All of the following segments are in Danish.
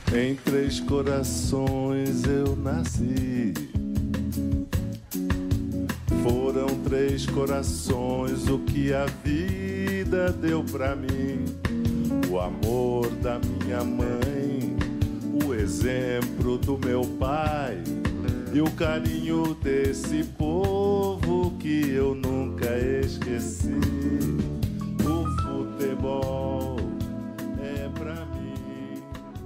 Em Três Corações eu nasci. Foram três corações o que a vida deu pra mim. O amor da minha mãe, o exemplo do meu pai e o carinho desse povo que eu nunca esqueci. O futebol é pra mim.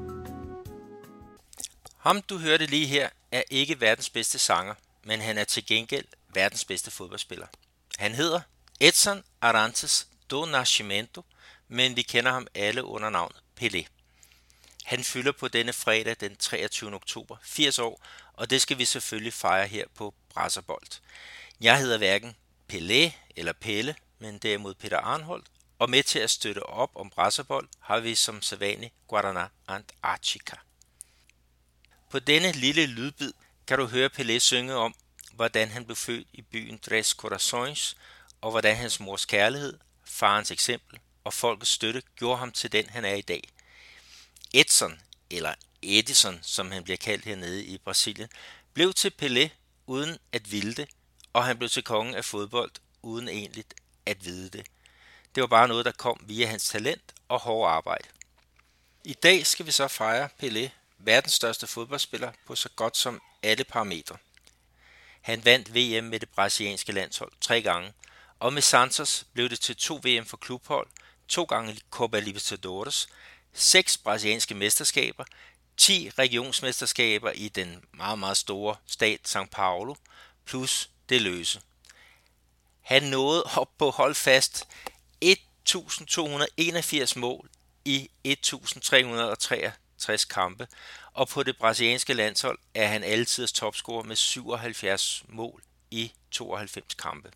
Ham du hørte lige her er ikke verdens bedste sanger, men han er til gengæld verdens bedste fodboldspiller. Han hedder Edson Arantes do Nascimento, men vi kender ham alle under navnet Pelé. Han fylder på denne fredag den 23. oktober 80 år, og det skal vi selvfølgelig fejre her på Brasserbold. Jeg hedder hverken Pelé eller Pelle, men derimod Peter Arnholdt, og med til at støtte op om Brasserbold har vi som sædvanlig Guaraná Antarctica. På denne lille lydbid kan du høre Pelé synge om, hvordan han blev født i byen Tres Corações, og hvordan hans mors kærlighed, farens eksempel og folkets støtte gjorde ham til den, han er i dag. Edson, eller Edison, som han bliver kaldt hernede i Brasilien, blev til Pelé uden at ville det, og han blev til kongen af fodbold uden egentlig at vide det. Det var bare noget, der kom via hans talent og hårde arbejde. I dag skal vi så fejre Pelé, verdens største fodboldspiller på så godt som alle parametre. Han vandt VM med det brasilianske landshold 3 gange, og med Santos blev det til 2 VM for klubhold, 2 gange Copa Libertadores, 6 brasilianske mesterskaber, 10 regionsmesterskaber i den meget, meget store stat São Paulo, plus det løse. Han nåede op på hold fast 1281 mål i 1363 kampe, og på det brasilianske landshold er han altidens topscorer med 77 mål i 92 kampe.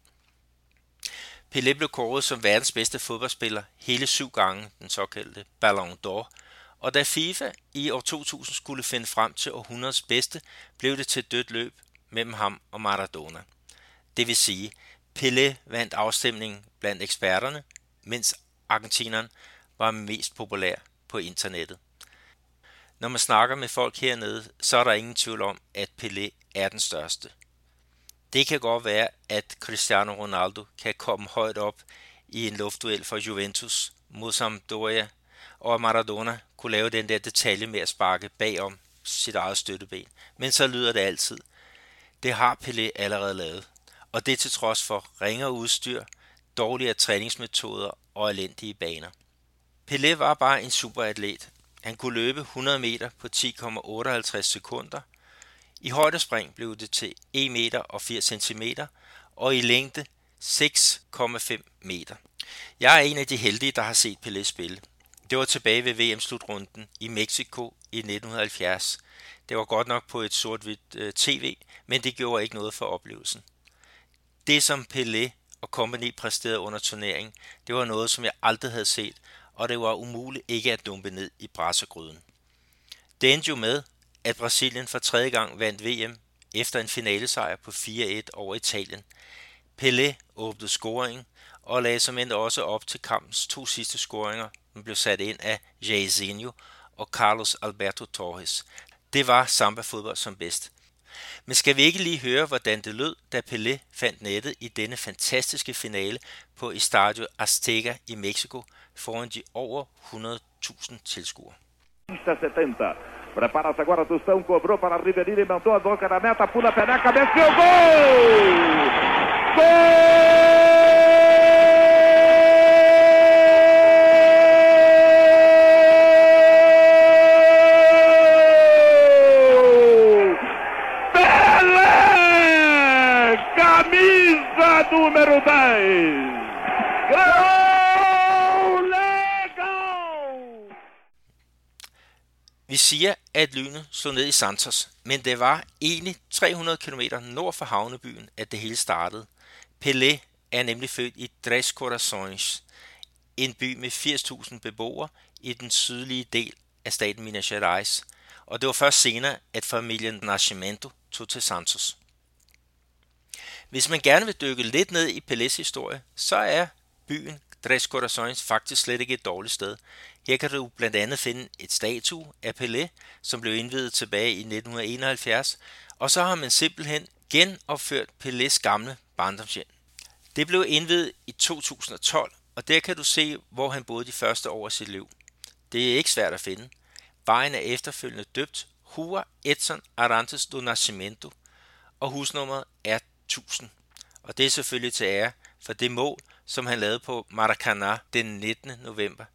Pelé blev kåret som verdens bedste fodboldspiller hele 7 gange, den såkaldte Ballon d'Or, og da FIFA i år 2000 skulle finde frem til århundredets bedste, blev det til et dødt løb mellem ham og Maradona. Det vil sige, Pelé vandt afstemningen blandt eksperterne, mens argentineren var mest populær på internettet. Når man snakker med folk hernede, så er der ingen tvivl om, at Pelé er den største. Det kan godt være, at Cristiano Ronaldo kan komme højt op i en luftduel for Juventus mod Sampdoria, og at Maradona kunne lave den der detalje med at sparke bagom sit eget støtteben. Men så lyder det altid. Det har Pelé allerede lavet, og det til trods for ringere udstyr, dårligere træningsmetoder og elendige baner. Pelé var bare en superatlet. Han kunne løbe 100 meter på 10,58 sekunder. I højdespring blev det til 1 meter og 80 centimeter, og i længde 6,5 meter. Jeg er en af de heldige, der har set Pelé spille. Det var tilbage ved VM-slutrunden i Mexico i 1970. Det var godt nok på et sort-hvidt tv, men det gjorde ikke noget for oplevelsen. Det som Pelé og company præsterede under turneringen, det var noget, som jeg aldrig havde set, og det var umuligt ikke at dumpe ned i brasegryden. Det endte jo med, at Brasilien for 3. gang vandt VM efter en finalesejr på 4-1 over Italien. Pelé åbnede scoringen og lagde som endte også op til kampens 2 sidste scoringer, som blev sat ind af Jairzinho og Carlos Alberto Torres. Det var samba-fodbold som bedst. Men skal vi ikke lige høre, hvordan det lød, da Pelé fandt nettet i denne fantastiske finale på Estadio Azteca i Mexico foran de over 100.000 tilskuere. 70. Prepara-se agora, Tostão, cobrou para Ribeirinho e mandou a boca da meta, pula a peneca, cabeceou, gol! Gol! Pelé! Camisa número 10! Vi siger, at lynet slog ned i Santos, men det var egentlig 300 km nord for havnebyen, at det hele startede. Pelé er nemlig født i Tres Corações, en by med 80.000 beboere i den sydlige del af staten Minas Gerais, og det var først senere, at familien Nascimento tog til Santos. Hvis man gerne vil dykke lidt ned i Pelés historie, så er byen Tres Corazones faktisk slet ikke et dårligt sted. Her kan du blandt andet finde et statue af Pelé, som blev indviet tilbage i 1971, og så har man simpelthen genopført Pelés gamle barndomshjem. Det blev indviet i 2012, og der kan du se, hvor han boede de første år af sit liv. Det er ikke svært at finde. Vejen er efterfølgende døbt Rua Edson Arantes do Nascimento, og husnummeret er 1000. Og det er selvfølgelig til ære for det mål, som han lavede på Maracanã den 19. november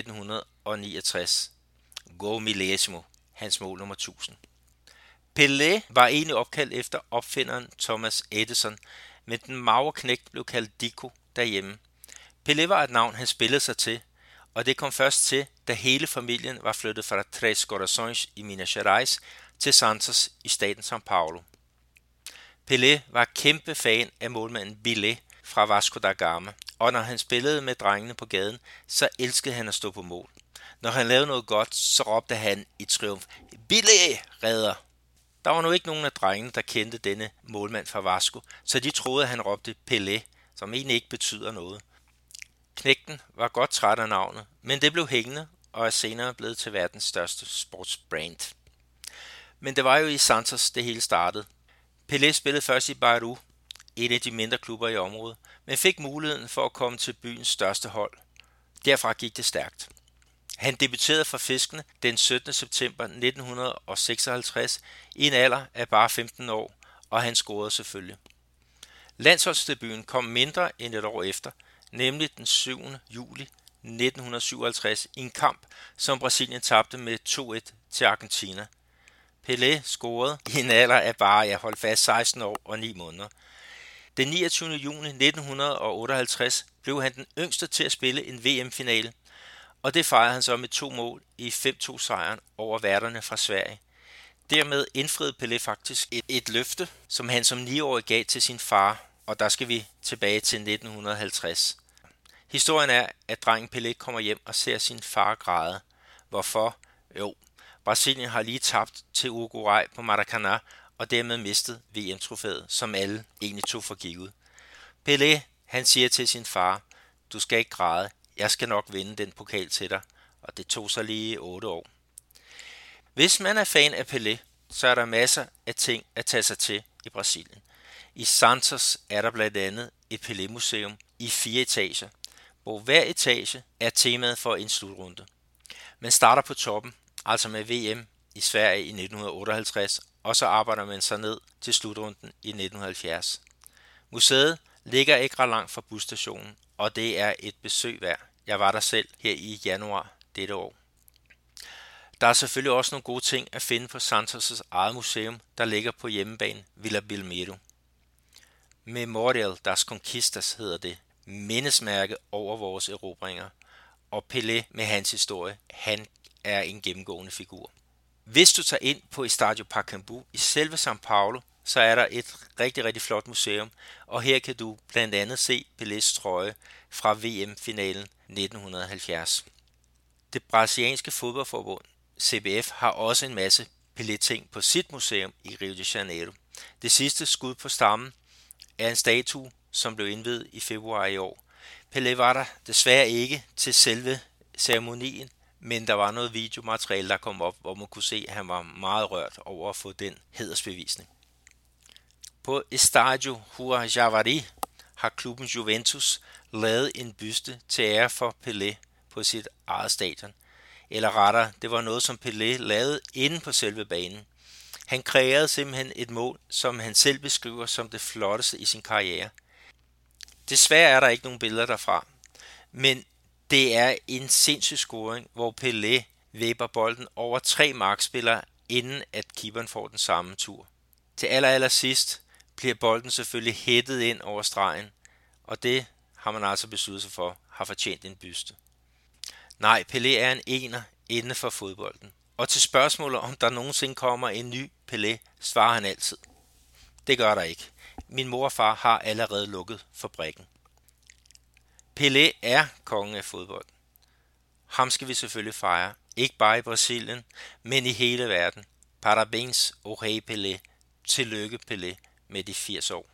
1969. Gol millésimo, hans mål nummer 1000. Pelé var egentlig opkaldt efter opfinderen Thomas Edison, men den magre knægt blev kaldt Dico derhjemme. Pelé var et navn, han spillede sig til, og det kom først til, da hele familien var flyttet fra Tres Corazones i Minas Gerais til Santos i staten São Paulo. Pelé var kæmpe fan af målmanden Bilé fra Vasco da Gama, og når han spillede med drengene på gaden, så elskede han at stå på mål. Når han lavede noget godt, så råbte han i triumf, Bilé redder! Der var nu ikke nogen af drengene, der kendte denne målmand fra Vasco, så de troede, at han råbte Pelé, som egentlig ikke betyder noget. Knægten var godt træt af navnet, men det blev hængende og er senere blevet til verdens største sportsbrand. Men det var jo i Santos, det hele startede. Pelé spillede først i Bauru, en af de mindre klubber i området, men fik muligheden for at komme til byens største hold. Derfra gik det stærkt. Han debuterede for Fiskene den 17. september 1956 i en alder af bare 15 år, og han scorede selvfølgelig. Landsholdsdebuten kom mindre end et år efter, nemlig den 7. juli 1957 i en kamp, som Brasilien tabte med 2-1 til Argentina. Pelé scorede i en alder af bare 16 år og 9 måneder. Den 29. juni 1958 blev han den yngste til at spille en VM-finale, og det fejrede han så med 2 mål i 5-2 sejren over værterne fra Sverige. Dermed indfriede Pelé faktisk et løfte, som han som 9-årig gav til sin far, og der skal vi tilbage til 1950. Historien er, at drengen Pelé kommer hjem og ser sin far græde. Hvorfor? Jo, Brasilien har lige tabt til Uruguay på Maracanã og dermed mistet VM-trofæet, som alle egentlig tog for givet. Pelé, han siger til sin far, du skal ikke græde, jeg skal nok vinde den pokal til dig, og det tog så lige 8 år. Hvis man er fan af Pelé, så er der masser af ting at tage sig til i Brasilien. I Santos er der blandt andet et Pelé-museum i 4 etager, hvor hver etage er temaet for en slutrunde. Man starter på toppen, altså med VM i Sverige i 1958, og så arbejder man sig ned til slutrunden i 1970. Museet ligger ikke ret langt fra busstationen, og det er et besøg værd. Jeg var der selv her i januar dette år. Der er selvfølgelig også nogle gode ting at finde på Santos' eget museum, der ligger på hjemmebane Villa Belmiro. Memorial das Conquistas hedder det, mindesmærke over vores erobringer, og Pelé med hans historie, han er en gennemgående figur. Hvis du tager ind på Estádio Pacaembu i selve São Paulo, så er der et rigtig, rigtig flot museum, og her kan du blandt andet se Pelés trøje fra VM-finalen 1970. Det brasilianske fodboldforbund, CBF, har også en masse Pelé-ting på sit museum i Rio de Janeiro. Det sidste skud på stammen er en statue, som blev indviet i februar i år. Pelé var der desværre ikke til selve ceremonien, men der var noget videomateriale, der kom op, hvor man kunne se, at han var meget rørt over at få den hædersbevisning. På Estádio Rua Javari har klubben Juventus lavet en byste til ære for Pelé på sit eget stadion. Eller rettere, det var noget, som Pelé lavede inde på selve banen. Han kreerede simpelthen et mål, som han selv beskriver som det flotteste i sin karriere. Desværre er der ikke nogen billeder derfra, men det er en sindssyg scoring, hvor Pelé vipper bolden over 3 markspillere, inden at keeperen får den samme tur. Til allersidst bliver bolden selvfølgelig hættet ind over stregen, og det har man altså besluttet sig for, har fortjent en byste. Nej, Pelé er en ener inden for fodbolden. Og til spørgsmålet, om der nogensinde kommer en ny Pelé, svarer han altid. Det gør der ikke. Min mor og far har allerede lukket fabrikken. Pelé er kongen af fodbold. Ham skal vi selvfølgelig fejre. Ikke bare i Brasilien, men i hele verden. Parabéns au rei Pelé. Tillykke Pelé med de 80 år.